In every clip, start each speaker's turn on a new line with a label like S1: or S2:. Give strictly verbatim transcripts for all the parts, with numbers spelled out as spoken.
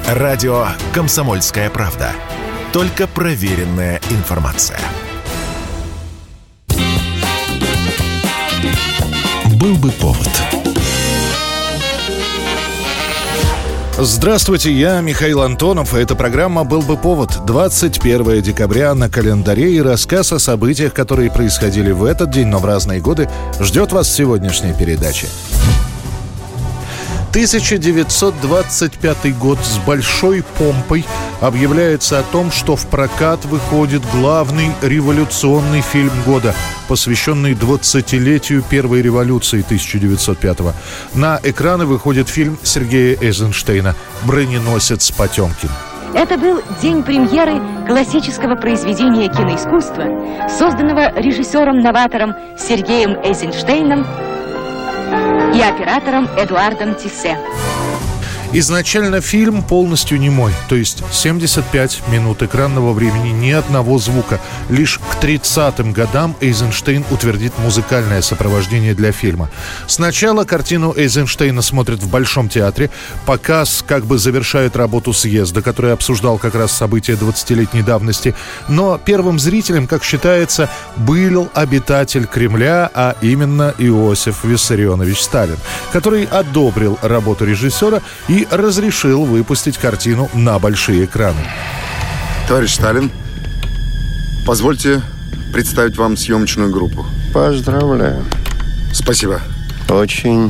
S1: Радио «Комсомольская правда». Только проверенная информация. Был бы повод.
S2: Здравствуйте, я Михаил Антонов, и эта программа «Был бы повод». двадцать первое декабря на календаре, и рассказ о событиях, которые происходили в этот день, но в разные годы, ждет вас в сегодняшней передаче. тысяча девятьсот двадцать пятый год с большой помпой объявляется о том, что в прокат выходит главный революционный фильм года, посвященный двадцатилетию Первой революции тысяча девятьсот пятого. На экраны выходит фильм Сергея Эйзенштейна «Броненосец Потемкин».
S3: Это был день премьеры классического произведения киноискусства, созданного режиссером-новатором Сергеем Эйзенштейном и оператором Эдуардом Тиссе.
S2: Изначально фильм полностью немой, то есть семьдесят пять минут экранного времени, ни одного звука. Лишь к тридцатым годам Эйзенштейн утвердит музыкальное сопровождение для фильма. Сначала картину Эйзенштейна смотрят в Большом театре. Показ как бы завершает работу съезда, который обсуждал как раз события двадцатилетней давности. Но первым зрителем, как считается, был обитатель Кремля, а именно Иосиф Виссарионович Сталин, который одобрил работу режиссера и и разрешил выпустить картину на большие экраны.
S4: Товарищ Сталин, позвольте представить вам съемочную группу.
S5: Поздравляю.
S4: Спасибо.
S5: Очень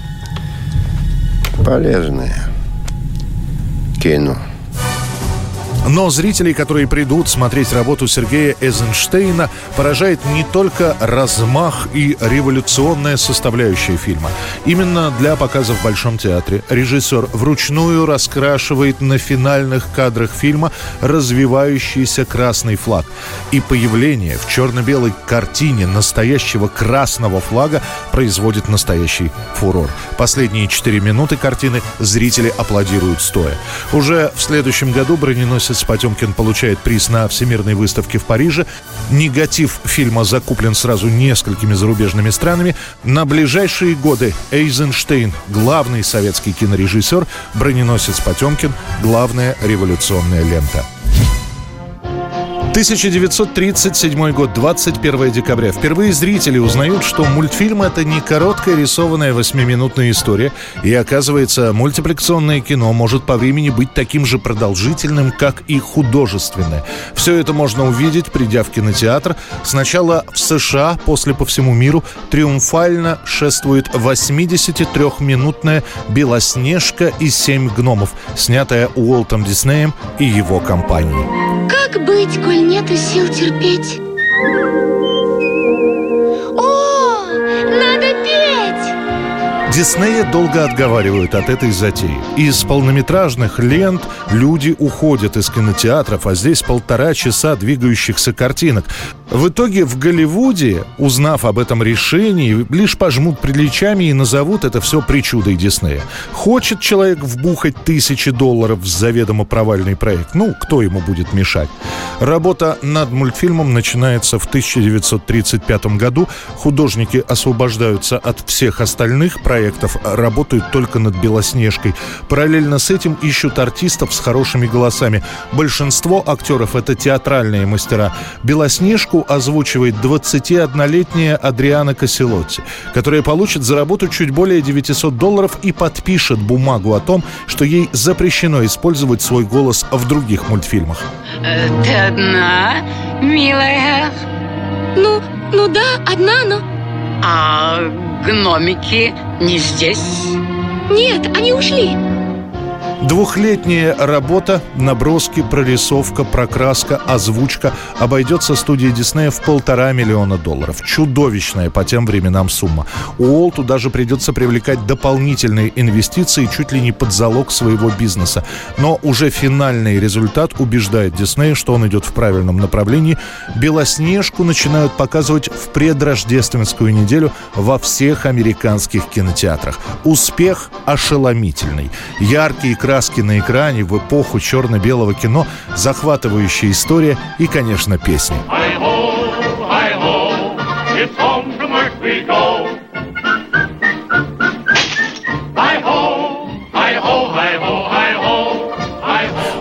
S5: полезное кино.
S2: Но зрителей, которые придут смотреть работу Сергея Эйзенштейна, поражает не только размах и революционная составляющая фильма. Именно для показа в Большом театре режиссер вручную раскрашивает на финальных кадрах фильма развивающийся красный флаг. И появление в черно-белой картине настоящего красного флага производит настоящий фурор. Последние четыре минуты картины зрители аплодируют стоя. Уже в следующем году «Броненосец Потемкин» получает приз на Всемирной выставке в Париже. Негатив фильма закуплен сразу несколькими зарубежными странами. На ближайшие годы Эйзенштейн – главный советский кинорежиссер, «Броненосец Потемкин» – главная революционная лента. тысяча девятьсот тридцать седьмой год, двадцать первое декабря. Впервые зрители узнают, что мультфильм — это не короткая рисованная восьмиминутная история. И, оказывается, мультипликационное кино может по времени быть таким же продолжительным, как и художественное. Все это можно увидеть, придя в кинотеатр. Сначала в США, после по всему миру, триумфально шествует восьмидесятитрёхминутная «Белоснежка и семь гномов», снятая Уолтом Диснеем и его компанией.
S6: Как быть, коль нету сил терпеть? О, надо петь!
S2: Диснея долго отговаривают от этой затеи. Из полнометражных лент люди уходят из кинотеатров, а здесь полтора часа двигающихся картинок. В итоге в Голливуде, узнав об этом решении, лишь пожмут плечами и назовут это все причудой Диснея. Хочет человек вбухать тысячи долларов в заведомо провальный проект, ну, кто ему будет мешать? Работа над мультфильмом начинается в тысяча девятьсот тридцать пятом году. Художники освобождаются от всех остальных проектов, работают только над «Белоснежкой». Параллельно с этим ищут артистов с хорошими голосами. Большинство актеров — это театральные мастера. «Белоснежку» озвучивает двадцатиоднолетняя Адриана Каселотти, которая получит за работу чуть более девятисот долларов и подпишет бумагу о том, что ей запрещено использовать свой голос в других мультфильмах.
S6: Ты одна, милая? Ну, ну да, одна, но... А гномики не здесь? Нет, они ушли.
S2: Двухлетняя работа, наброски, прорисовка, прокраска, озвучка обойдется студии Диснея в полтора миллиона долларов. Чудовищная по тем временам сумма. Уолту даже придется привлекать дополнительные инвестиции чуть ли не под залог своего бизнеса. Но уже финальный результат убеждает Диснея, что он идет в правильном направлении. «Белоснежку» начинают показывать в предрождественскую неделю во всех американских кинотеатрах. Успех ошеломительный. Яркие краски на экране в эпоху черно-белого кино, захватывающая история и, конечно, песни.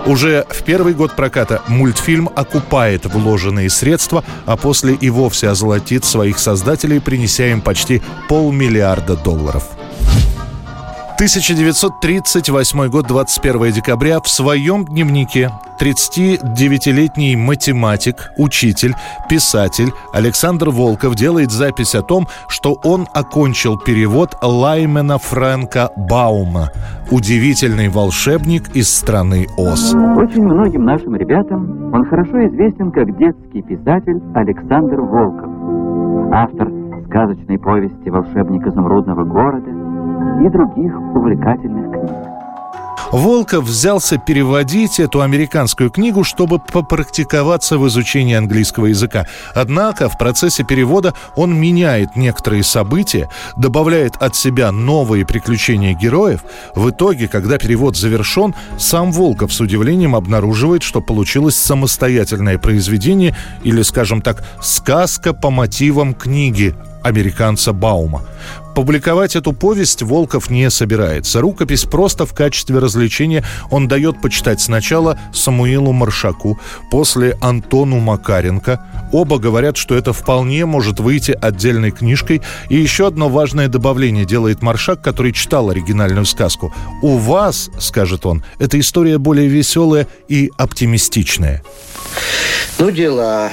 S2: Уже в первый год проката мультфильм окупает вложенные средства, а после и вовсе озолотит своих создателей, принеся им почти полмиллиарда долларов. тысяча девятьсот тридцать восьмой год, двадцать первого декабря. В своем дневнике тридцатидевятилетний математик, учитель, писатель Александр Волков делает запись о том, что он окончил перевод Лаймена Фрэнка Баума «Удивительный волшебник из страны Оз».
S7: Очень многим нашим ребятам он хорошо известен как детский писатель Александр Волков, автор сказочной повести «Волшебник изумрудного города» и других увлекательных книг.
S2: Волков взялся переводить эту американскую книгу, чтобы попрактиковаться в изучении английского языка. Однако в процессе перевода он меняет некоторые события, добавляет от себя новые приключения героев. В итоге, когда перевод завершен, сам Волков с удивлением обнаруживает, что получилось самостоятельное произведение или, скажем так, сказка по мотивам книги американца Баума. Публиковать эту повесть Волков не собирается. Рукопись просто в качестве развлечения он дает почитать сначала Самуилу Маршаку, после Антону Макаренко. Оба говорят, что это вполне может выйти отдельной книжкой. И еще одно важное добавление делает Маршак, который читал оригинальную сказку. «У вас, — скажет он, — эта история более веселая и оптимистичная».
S8: Ну, дела.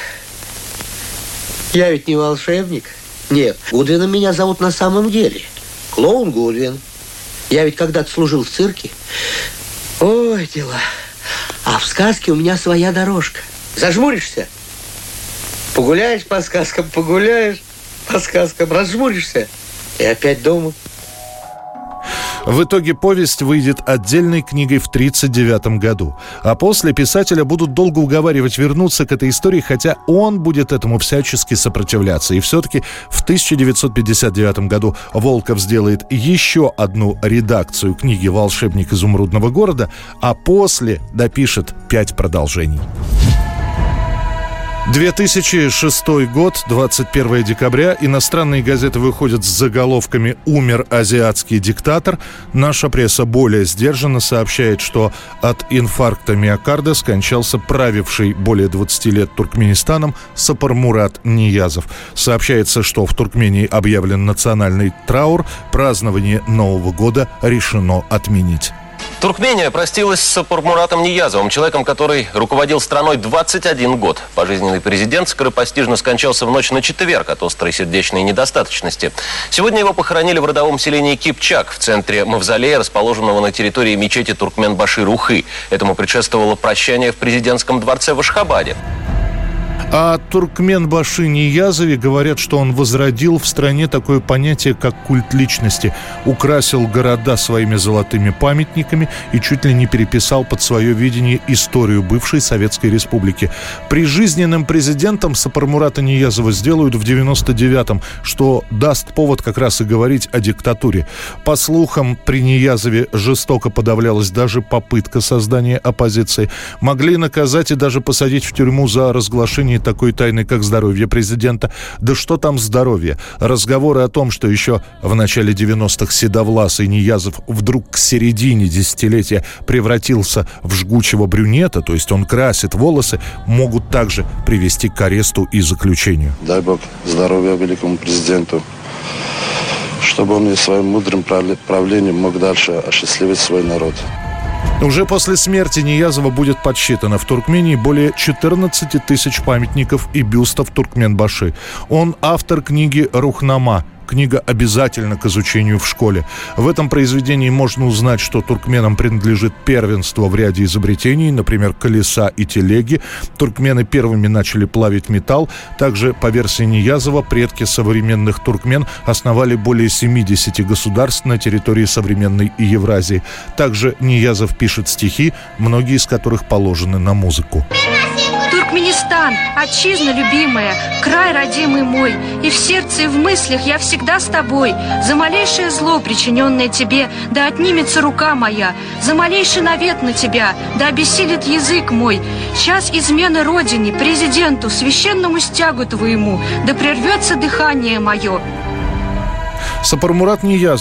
S8: Я ведь не волшебник. Нет, Гудвином меня зовут на самом деле. Клоун Гудвин. Я ведь когда-то служил в цирке. Ой, дела. А в сказке у меня своя дорожка. Зажмуришься? Погуляешь по сказкам, погуляешь по сказкам, разжмуришься и опять дома.
S2: В итоге повесть выйдет отдельной книгой в тридцать девятом году. А после писателя будут долго уговаривать вернуться к этой истории, хотя он будет этому всячески сопротивляться. И все-таки в тысяча девятьсот пятьдесят девятом году Волков сделает еще одну редакцию книги «Волшебник изумрудного города», а после допишет пять продолжений. две тысячи шестой год, двадцать первого декабря. Иностранные газеты выходят с заголовками «Умер азиатский диктатор». Наша пресса более сдержанно сообщает, что от инфаркта миокарда скончался правивший более двадцати лет Туркменистаном Сапармурат Ниязов. Сообщается, что в Туркмении объявлен национальный траур. Празднование Нового года решено отменить.
S9: Туркмения простилась с Сапармуратом Ниязовым, человеком, который руководил страной двадцать один год. Пожизненный президент скоропостижно скончался в ночь на четверг от острой сердечной недостаточности. Сегодня его похоронили в родовом селении Кипчак, в центре мавзолея, расположенного на территории мечети Туркменбаши-Рухы. Этому предшествовало прощание в президентском дворце в Ашхабаде.
S2: О Туркменбаши Ниязове говорят, что он возродил в стране такое понятие, как культ личности, украсил города своими золотыми памятниками и чуть ли не переписал под свое видение историю бывшей Советской Республики. Прижизненным президентом Сапармурата Ниязова сделают в девяносто девятом, что даст повод как раз и говорить о диктатуре. По слухам, при Ниязове жестоко подавлялась даже попытка создания оппозиции. Могли наказать и даже посадить в тюрьму за разглашение такой тайны, как здоровье президента. Да что там здоровье? Разговоры о том, что еще в начале девяностых седовласый Ниязов вдруг к середине десятилетия превратился в жгучего брюнета, то есть он красит волосы, могут также привести к аресту и заключению.
S10: Дай Бог здоровья великому президенту, чтобы он и своим мудрым правлением мог дальше осчастливить свой народ.
S2: Уже после смерти Ниязова будет подсчитано в Туркмении более четырнадцати тысяч памятников и бюстов Туркменбаши. Он автор книги «Рухнама». Книга обязательна к изучению в школе. В этом произведении можно узнать, что туркменам принадлежит первенство в ряде изобретений, например, колеса и телеги. Туркмены первыми начали плавить металл. Также, по версии Ниязова, предки современных туркмен основали более семидесяти государств на территории современной Евразии. Также Ниязов пишет стихи, многие из которых положены на музыку.
S11: Туркменистан, отчизна любимая, край родимый мой, и в сердце, и в мыслях я всегда с тобой. За малейшее зло, причиненное тебе, да отнимется рука моя, за малейший навет на тебя, да обессилит язык мой. Час измены родине, президенту, священному стягу твоему, да прервется дыхание мое.
S2: Сапармурат Ниязов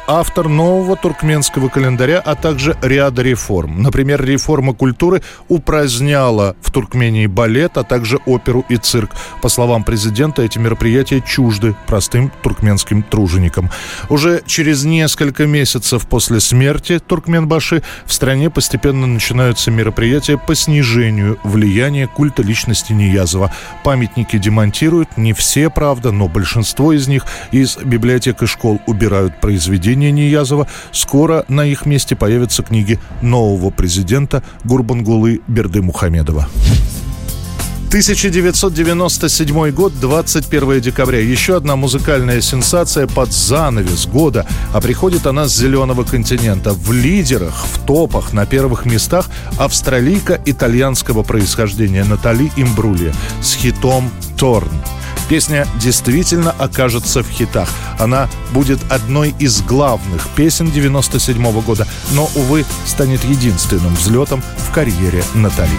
S2: автор нового туркменского календаря, а также ряда реформ. Например, реформа культуры упраздняла в Туркмении балет, а также оперу и цирк. По словам президента, эти мероприятия чужды простым туркменским труженикам. Уже через несколько месяцев после смерти Туркменбаши в стране постепенно начинаются мероприятия по снижению влияния культа личности Ниязова. Памятники демонтируют, не все, правда, но большинство из них. Из библиотек и школ убирают произведения Ниязова. Скоро на их месте появятся книги нового президента Гурбангулы Бердымухамедова. тысяча девятьсот девяносто седьмой год, двадцать первое декабря. Еще одна музыкальная сенсация под занавес года. А приходит она с зеленого континента. В лидерах, в топах, на первых местах австралийка итальянского происхождения Натали Имбрулия с хитом «Торн». Песня действительно окажется в хитах. Она будет одной из главных песен девяносто седьмого года, но, увы, станет единственным взлетом в карьере Натали.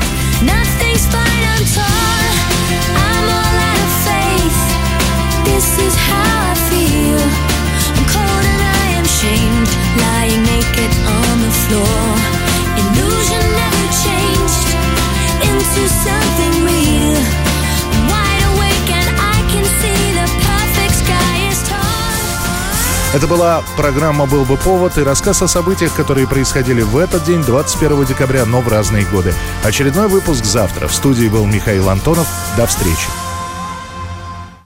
S2: Это была программа «Был бы повод» и рассказ о событиях, которые происходили в этот день, двадцать первого декабря, но в разные годы. Очередной выпуск завтра. В студии был Михаил Антонов. До встречи.